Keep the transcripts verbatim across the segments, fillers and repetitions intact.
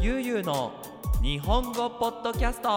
ゆうゆうの日本語ポッドキャスト。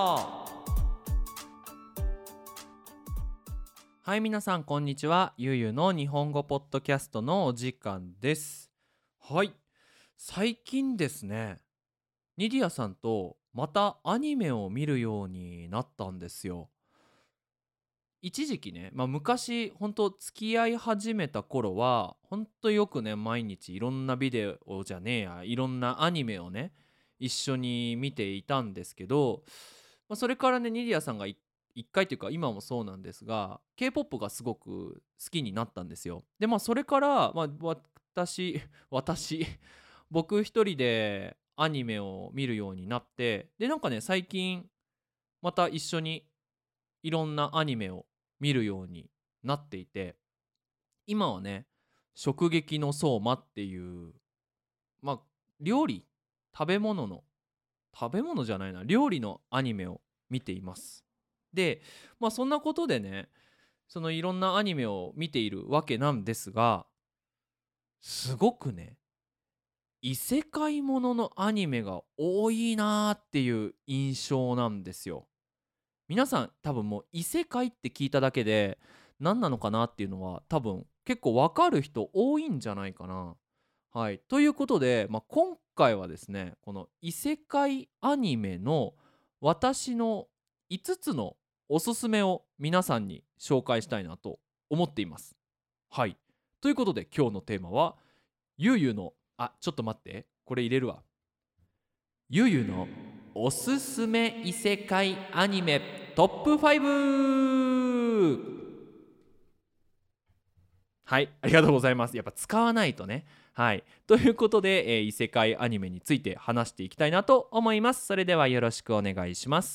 はい、皆さんこんにちは。ゆうゆうの日本語ポッドキャストのお時間です。はい、最近ですね、ニディアさんとまたアニメを見るようになったんですよ。一時期ね、まあ、昔本当付き合い始めた頃は本当よくね、毎日いろんなビデオじゃねえやいろんなアニメをね一緒に見ていたんですけど、まあ、それからねニディアさんがい一回というか今もそうなんですが K-ポップ がすごく好きになったんですよ。でまあそれから、まあ、私私僕一人でアニメを見るようになって、でなんかね最近また一緒にいろんなアニメを見るようになっていて、今はね「食撃の相馬」っていう、まあ料理食べ物の食べ物じゃないな料理のアニメを見ています。でまあそんなことでね、そのいろんなアニメを見ているわけなんですが、すごくね異世界もののアニメが多いなーっていう印象なんですよ。皆さん多分もう異世界って聞いただけで何なのかなっていうのは多分結構わかる人多いんじゃないかな。はい、ということで、まあ、今回はですねこの異世界アニメの私のいつつのおすすめを皆さんに紹介したいなと思っています。はい、ということで今日のテーマはゆうゆうのあちょっと待ってこれ入れるわ。ゆうゆうのおすすめ異世界アニメトップファイブ。はい、ありがとうございます。やっぱ使わないとね。はい、ということで、えー異世界アニメについて話していきたいなと思います。それではよろしくお願いします。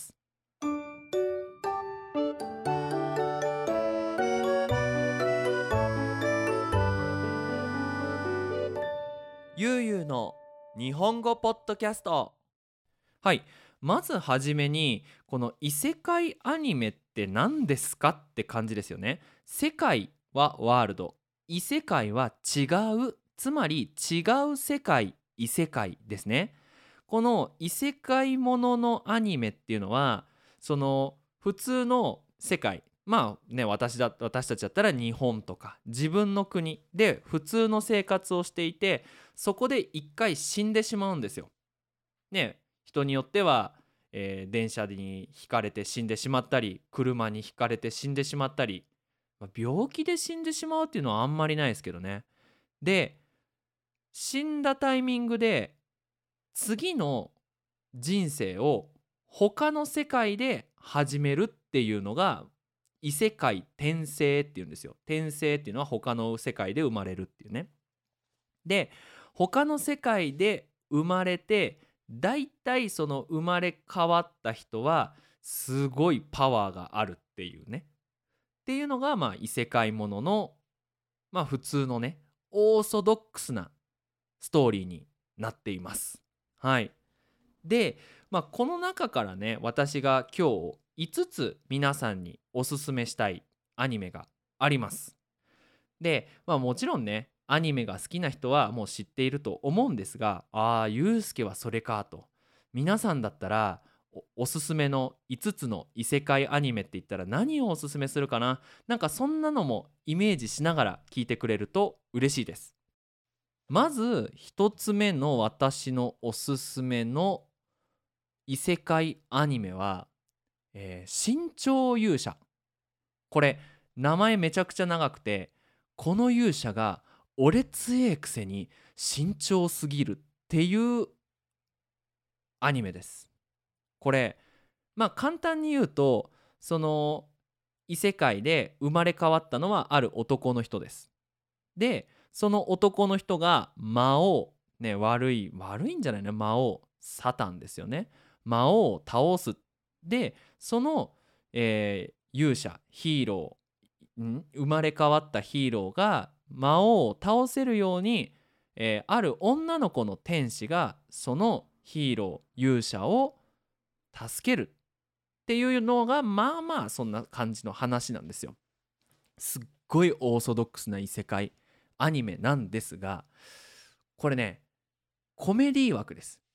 ゆうゆうの日本語ポッドキャスト。はい、まずはじめにこの異世界アニメって何ですかって感じですよね。世界はワールド、異世界は違う、つまり違う世界、異世界ですね。この異世界もののアニメっていうのはその普通の世界、まあね、私だ私たちだったら日本とか自分の国で普通の生活をしていて、そこで一回死んでしまうんですよ。ね、人によっては、えー電車にひかれて死んでしまったり車にひかれて死んでしまったり、まあ病気で死んでしまうっていうのはあんまりないですけどね。で死んだタイミングで次の人生を他の世界で始めるっていうのが異世界転生っていうんですよ。転生っていうのは他の世界で生まれるっていうね。で他の世界で生まれて、だいたいその生まれ変わった人はすごいパワーがあるっていうね。っていうのがまあ異世界もののまあ普通のねオーソドックスなストーリーになっています。はい。で、まあ、この中からね私が今日いつつ皆さんにおすすめしたいアニメがあります。で、まあ、もちろんねアニメが好きな人はもう知っていると思うんですが、ああゆうすけはそれかと。皆さんだったらおおすすめのいつつの異世界アニメって言ったら何をおすすめするかな。なんかそんなのもイメージしながら聞いてくれると嬉しいです。まずひとつめの私のおすすめの異世界アニメは、えー、身長勇者。これ名前めちゃくちゃ長くて、この勇者が俺強えくせに身長すぎるっていうアニメです。これまあ簡単に言うと、その異世界で生まれ変わったのはある男の人です。でその男の人が魔王、ね、悪い悪いんじゃないの、魔王サタンですよね。魔王を倒す。でその、えー勇者ヒーローん生まれ変わったヒーローが魔王を倒せるように、えーある女の子の天使がそのヒーロー勇者を助けるっていうのがまあまあそんな感じの話なんですよ。すっごいオーソドックスな異世界アニメなんですが、これねコメディ枠です。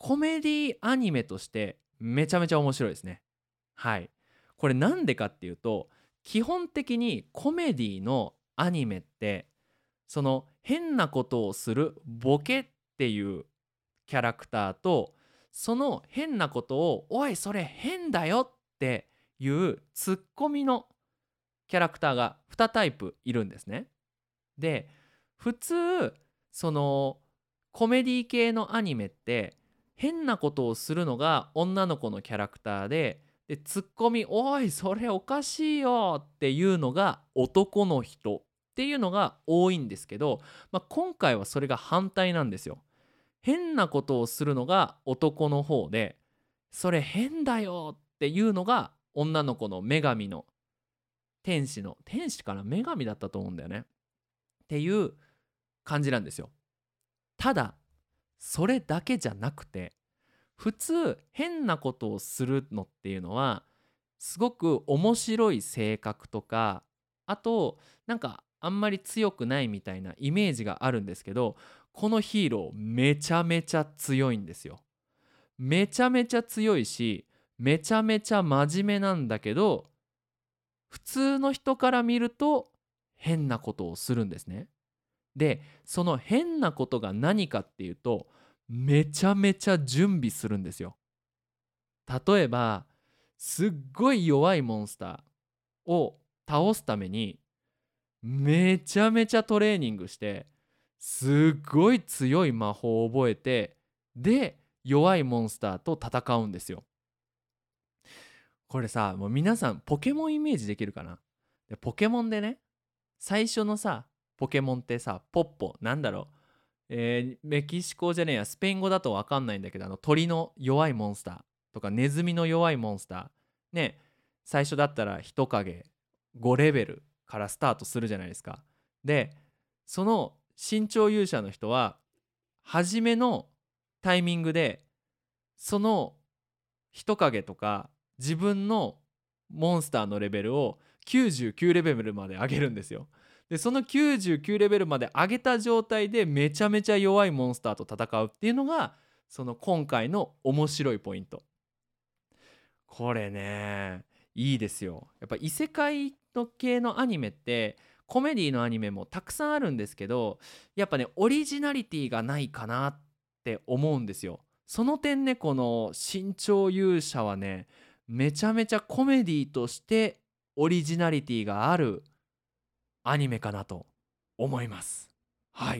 コメディアニメとしてめちゃめちゃ面白いですね。はい。これなんでかっていうと、基本的にコメディのアニメって、その変なことをするボケっていうキャラクターと、その変なことを「おいそれ変だよ」っていうツッコミのキャラクターがにタイプいるんですね。で、普通そのコメディ系のアニメって変なことをするのが女の子のキャラクターで、でツッコミ「おいそれおかしいよ」っていうのが男の人っていうのが多いんですけど、まあ、今回はそれが反対なんですよ。変なことをするのが男の方で、それ変だよっていうのが女の子の女神の天使の天使かな、女神だったと思うんだよねっていう感じなんですよ。ただそれだけじゃなくて、普通変なことをするのっていうのはすごく面白い性格とか、あとなんかあんまり強くないみたいなイメージがあるんですけど、このヒーローめちゃめちゃ強いんですよ。めちゃめちゃ強いし、めちゃめちゃ真面目なんだけど、普通の人から見ると変なことをするんですね。で、その変なことが何かっていうと、めちゃめちゃ準備するんですよ。例えば、すっごい弱いモンスターを倒すために、めちゃめちゃトレーニングして、すっごい強い魔法を覚えて、で、弱いモンスターと戦うんですよ。これさ、もう皆さんポケモンイメージできるかな？でポケモンでね、最初のさ、ポケモンってさ、ポッポ、なんだろう、えーメキシコじゃねえや、スペイン語だとわかんないんだけど、あの鳥の弱いモンスターとか、ネズミの弱いモンスター。ね、最初だったら人影ごレベルからスタートするじゃないですか。で、その身長勇者の人は、初めのタイミングで、その人影とか自分のモンスターのレベルをきゅうじゅうきゅうレベルまで上げるんですよ。でそのきゅうじゅうきゅうレベルまで上げた状態でめちゃめちゃ弱いモンスターと戦うっていうのがその今回の面白いポイント。これね、いいですよ。やっぱ異世界の系のアニメってコメディのアニメもたくさんあるんですけど、やっぱねオリジナリティがないかなって思うんですよ。その点ね、この新潮勇者はね、めちゃめちゃコメディとしてオリジナリティがあるアニメかなと思います。はい。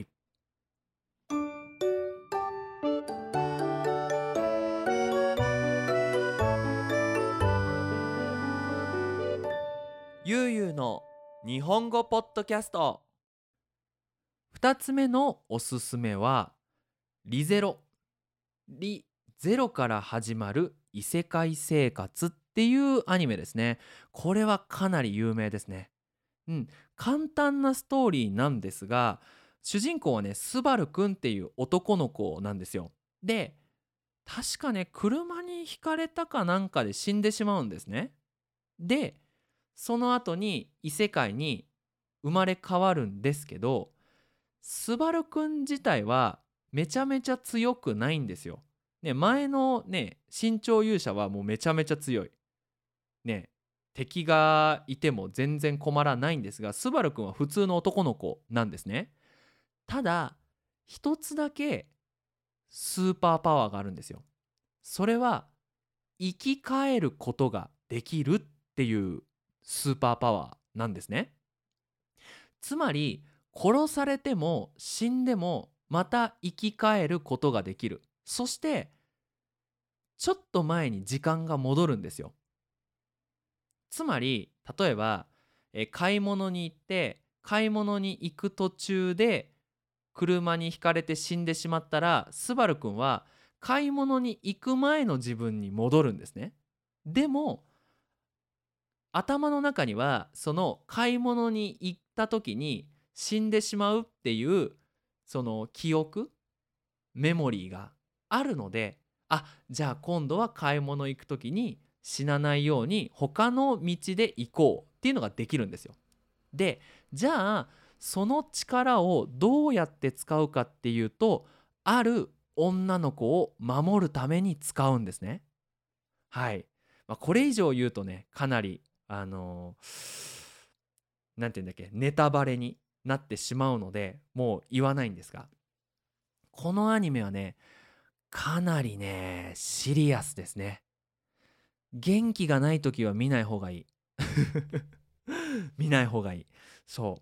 ゆうゆうの日本語ポッドキャスト。ふたつめのおすすめはリゼロ。リゼロから始まる異世界生活っていうアニメですね。これはかなり有名ですね。うん、簡単なストーリーなんですが、主人公はねスバルくんっていう男の子なんですよ。で、確かね車にひかれたかなんかで死んでしまうんですね。で、その後に異世界に生まれ変わるんですけど、スバルくん自体はめちゃめちゃ強くないんですよ。ね、前のね新潮勇者はもうめちゃめちゃ強い。ね、敵がいても全然困らないんですが、スバルくんは普通の男の子なんですね。ただ一つだけスーパーパワーがあるんですよ。それは生き返ることができるっていうスーパーパワーなんですね。つまり殺されても死んでもまた生き返ることができる。そしてちょっと前に時間が戻るんですよ。つまり例えば、え買い物に行って買い物に行く途中で車にひかれて死んでしまったら、スバルくんは買い物に行く前の自分に戻るんですね。でも頭の中にはその買い物に行った時に死んでしまうっていうその記憶、メモリーがあるので、あ、じゃあ今度は買い物行く時に死なないように他の道で行こうっていうのができるんですよ。で、じゃあその力をどうやって使うかっていうと、ある女の子を守るために使うんですね。はい。まあ、これ以上言うとね、かなり、あのーなんて言うんだっけ、ネタバレになってしまうので、もう言わないんですが、このアニメはね、かなりね、シリアスですね。元気がない時は見ない方がいい。見ない方がいい。そう。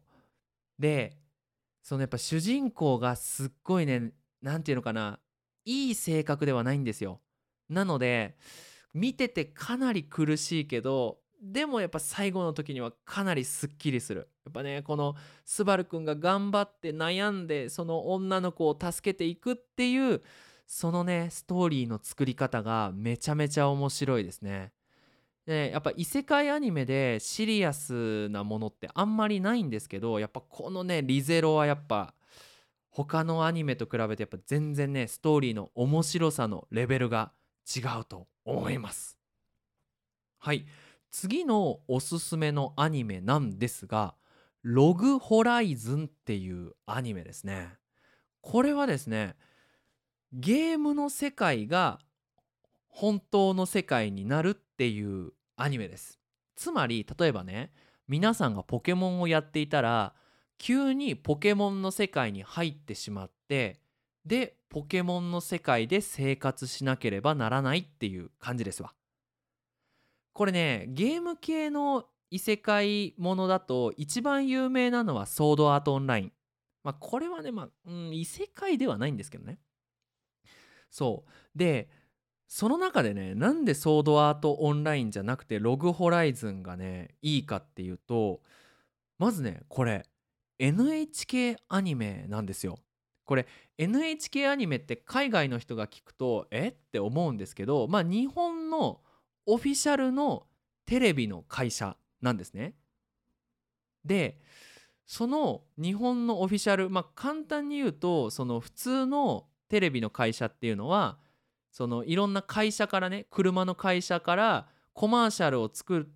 で、そのやっぱ主人公がすっごいね、なんていうのかな、いい性格ではないんですよ。なので、見ててかなり苦しいけど、でもやっぱ最後の時にはかなりすっきりする。やっぱね、このスバルくんが頑張って悩んで、その女の子を助けていくっていう、そのね、ストーリーの作り方がめちゃめちゃ面白いですね。で、やっぱ異世界アニメでシリアスなものってあんまりないんですけど、やっぱこのね、リゼロはやっぱ他のアニメと比べてやっぱ全然ね、ストーリーの面白さのレベルが違うと思います。はい。次のおすすめのアニメなんですが、ログホライズンっていうアニメですね。これはですね、ゲームの世界が本当の世界になるっていうアニメです。つまり例えばね、皆さんがポケモンをやっていたら急にポケモンの世界に入ってしまって、でポケモンの世界で生活しなければならないっていう感じですわ。これね、ゲーム系の異世界ものだと一番有名なのはソードアートオンライン。まあこれはね、まあ、うん、異世界ではないんですけどね。そう。で、その中でね、なんでソードアートオンラインじゃなくてログホライズンがね、いいかっていうと、まずね、これ エヌエイチケー アニメなんですよ。これ エヌエイチケー アニメって海外の人が聞くと、えって思うんですけど、まあ日本のオフィシャルのテレビの会社なんですね。で、その日本のオフィシャル、まあ簡単に言うと、その普通のテレビの会社っていうのは、そのいろんな会社からね、車の会社からコマーシャルを作って、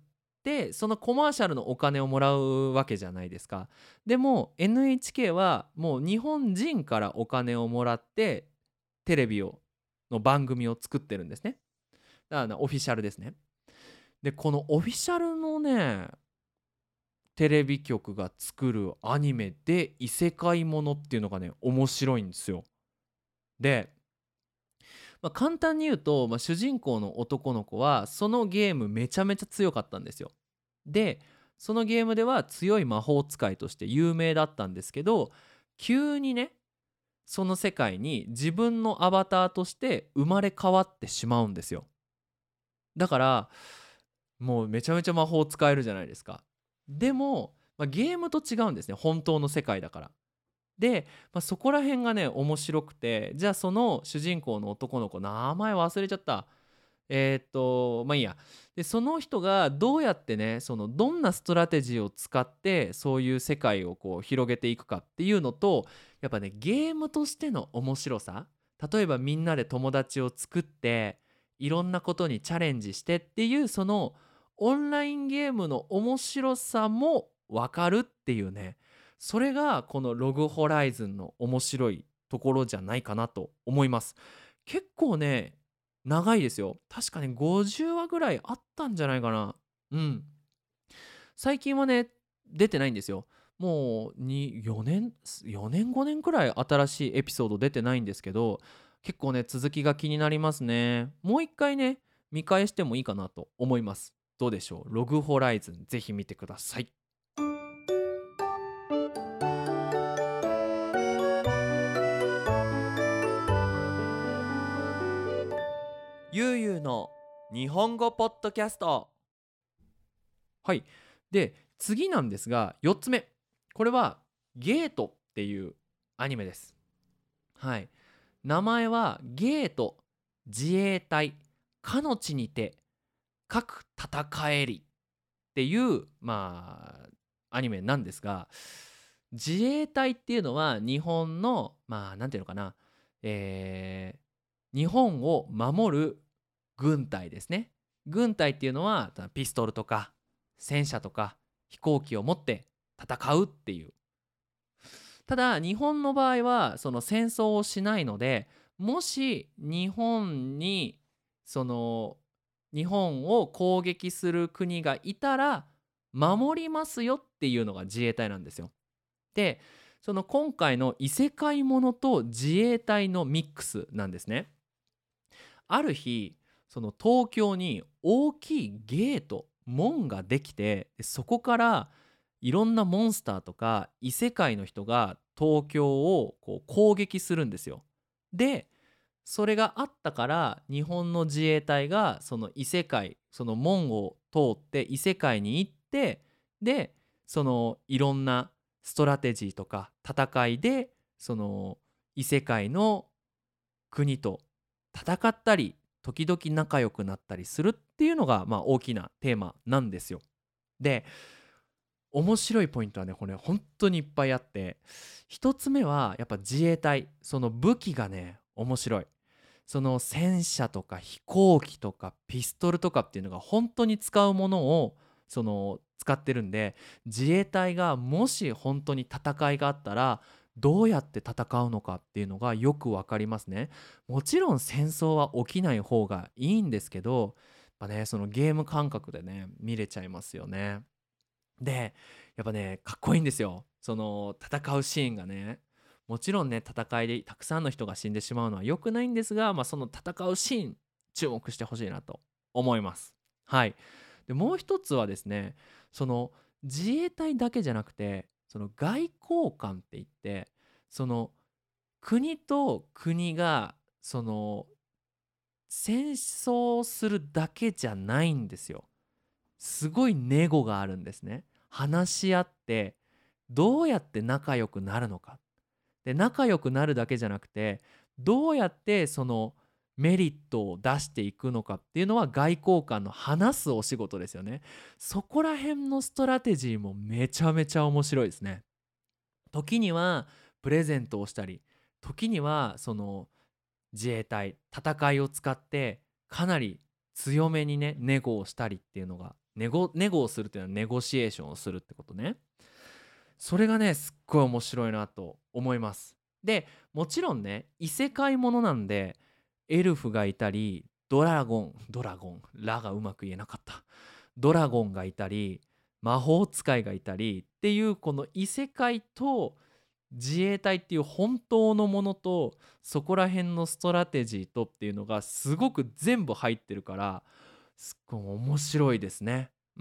そのコマーシャルのお金をもらうわけじゃないですか。でも エヌエイチケー はもう日本人からお金をもらってテレビをの番組を作ってるんですね。だからオフィシャルですね。で、このオフィシャルのね、テレビ局が作るアニメで異世界ものっていうのがね、面白いんですよ。で、まあ、簡単に言うと、まあ、主人公の男の子はそのゲームめちゃめちゃ強かったんですよ。で、そのゲームでは強い魔法使いとして有名だったんですけど、急にね、その世界に自分のアバターとして生まれ変わってしまうんですよ。だからもうめちゃめちゃ魔法使えるじゃないですか。でも、まあ、ゲームと違うんですね、本当の世界だから。で、まあ、そこら辺がね面白くて、じゃあその主人公の男の子、名前忘れちゃった。えーっとまあいいや。でその人がどうやってね、そのどんなストラテジーを使ってそういう世界をこう広げていくかっていうのと、やっぱねゲームとしての面白さ、例えばみんなで友達を作っていろんなことにチャレンジしてっていう、そのオンラインゲームの面白さも分かるっていうね、それがこのログホライズンの面白いところじゃないかなと思います。結構ね、長いですよ。確かね、ごじゅうわぐらいあったんじゃないかな。うん。最近はね、出てないんですよ。もうによねんよねんごねんくらい新しいエピソード出てないんですけど、結構ね続きが気になりますね。もう一回ね見返してもいいかなと思います。どうでしょう、ログホライズンぜひ見てください。ゆうゆうの日本語ポッドキャスト。はい。で、次なんですが、よっつめ。これは、ゲートっていうアニメです。はい。名前は、ゲート、自衛隊、かの地にて、各戦えりっていう、まあ、アニメなんですが、自衛隊っていうのは、日本の、まあ、なんていうのかな、えー日本を守る軍隊ですね。軍隊っていうのは、ピストルとか、戦車とか飛行機を持って戦うっていう。ただ日本の場合はその戦争をしないので、 もし日本にその日本を攻撃する国がいたら守りますよっていうのが自衛隊なんですよ。で、その今回の異世界ものと自衛隊のミックスなんですね。ある日、その東京に大きいゲート、門ができて、でそこからいろんなモンスターとか異世界の人が東京をこう攻撃するんですよ。で、それがあったから日本の自衛隊がその異世界、その門を通って異世界に行って、で、そのいろんなストラテジーとか戦いでその異世界の国と戦ったり時々仲良くなったりするっていうのがまあ大きなテーマなんですよ。で、面白いポイントはねこれ本当にいっぱいあって、一つ目はやっぱ自衛隊、その武器がね面白い。その戦車とか飛行機とかピストルとかっていうのが本当に使うものをその使ってるんで、自衛隊がもし本当に戦いがあったらどうやって戦うのかっていうのがよくわかりますね。もちろん戦争は起きない方がいいんですけど、やっぱねそのゲーム感覚でね見れちゃいますよね。で、やっぱね、かっこいいんですよ。その戦うシーンがね。もちろんね、戦いでたくさんの人が死んでしまうのは良くないんですが、まあ、その戦うシーン、注目してほしいなと思います。はい。で、もう一つはですね、その自衛隊だけじゃなくて、その外交官って言って、その国と国がその戦争するだけじゃないんですよ。すごいネゴがあるんですね。話し合ってどうやって仲良くなるのか。で、仲良くなるだけじゃなくて、どうやってそのメリットを出していくのかっていうのは外交官の話すお仕事ですよね。そこら辺のストラテジーもめちゃめちゃ面白いですね。時にはプレゼントをしたり、時にはその自衛隊戦いを使ってかなり強めにねネゴをしたりっていうのが、ネゴネゴをするっていうのはネゴシエーションをするってことね。それがねすっごい面白いなと思います。で、もちろんね異世界ものなんでエルフがいたり、ドラゴンドラゴンラがうまく言えなかった、ドラゴンがいたり魔法使いがいたりっていう、この異世界と自衛隊っていう本当のものとそこら辺のストラテジーとっていうのがすごく全部入ってるから、すっごい面白いですね。うん。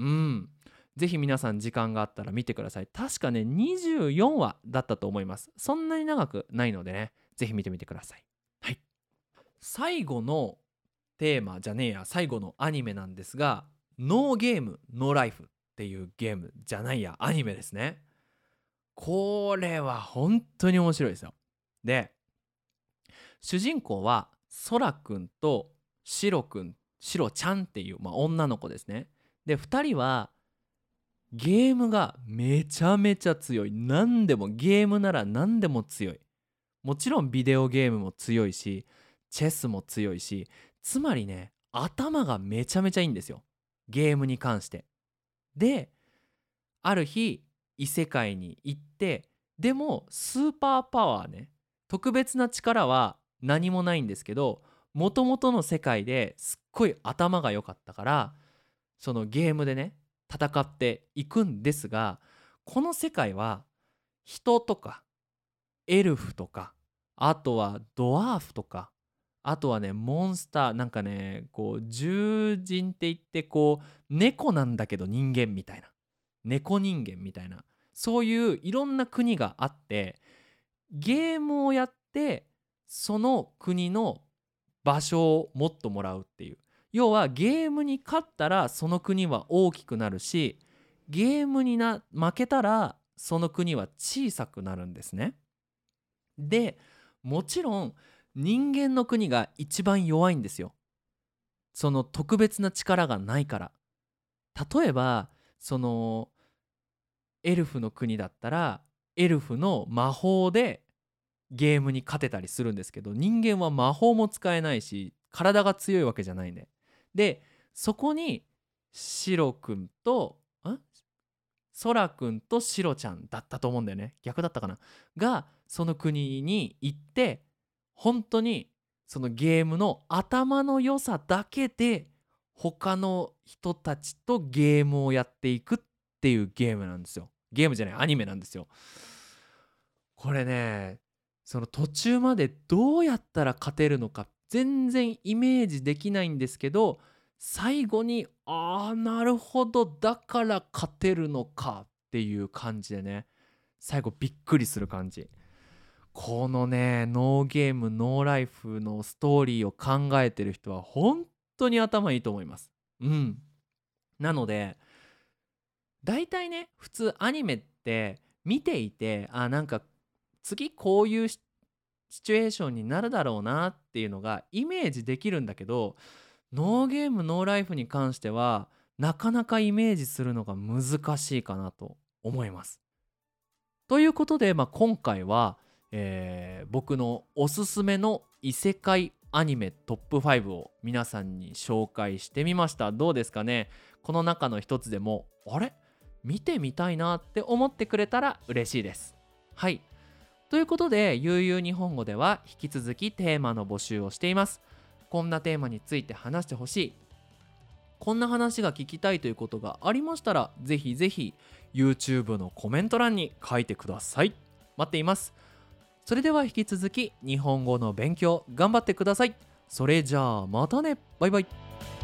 ぜひ皆さん時間があったら見てください。確かねにじゅうよんわだったと思います。そんなに長くないのでね、ぜひ見てみてください。はい。最後のテーマじゃねえや、最後のアニメなんですが、ノーゲームノーライフっていうゲームじゃないやアニメですね。これは本当に面白いですよ。で、主人公はソラくんとシロくん、シロちゃんっていう、まあ、女の子ですね。で、ふたりはゲームがめちゃめちゃ強い。何でもゲームなら何でも強い。もちろんビデオゲームも強いし、チェスも強いし、つまりね、頭がめちゃめちゃいいんですよ。ゲームに関して。で、ある日異世界に行って、でもスーパーパワーね、特別な力は何もないんですけど、もともとの世界ですっごい頭が良かったから、そのゲームでね戦っていくんですが、この世界は人とかエルフとか、あとはドワーフとか、あとはねモンスター、なんかねこう獣人って言って、こう猫なんだけど人間みたいな、猫人間みたいな、そういういろんな国があって、ゲームをやってその国の場所をもっともらうっていう、要はゲームに勝ったらその国は大きくなるし、ゲームにな負けたらその国は小さくなるんですね。で、もちろん人間の国が一番弱いんですよ。その特別な力がないから。例えばそのエルフの国だったらエルフの魔法でゲームに勝てたりするんですけど、人間は魔法も使えないし体が強いわけじゃないね。で、そこにシロくんとんソラくんとシロちゃんだったと思うんだよね、逆だったかな、がその国に行って、本当にそのゲームの頭の良さだけで他の人たちとゲームをやっていくっていうゲームなんですよ。ゲームじゃない、アニメなんですよ。これね、その途中までどうやったら勝てるのか全然イメージできないんですけど、最後にああなるほど、だから勝てるのかっていう感じでね、最後びっくりする感じ。このね、ノーゲームノーライフのストーリーを考えてる人は本当に頭いいと思います。うん。なので、だいたいね、普通アニメって見ていて、あ、なんか次こういうシシチュエーションになるだろうなっていうのがイメージできるんだけど、ノーゲームノーライフに関してはなかなかイメージするのが難しいかなと思います。ということで、まあ、今回は、えー僕のおすすめの異世界アニメトップファイブを皆さんに紹介してみました。どうですかね。この中の一つでもあれ見てみたいなって思ってくれたら嬉しいです。はい。ということで、悠々日本語では引き続きテーマの募集をしています。こんなテーマについて話してほしい、こんな話が聞きたいということがありましたら、ぜひぜひ YouTube のコメント欄に書いてください。待っています。それでは引き続き日本語の勉強頑張ってください。それじゃあまたね。バイバイ。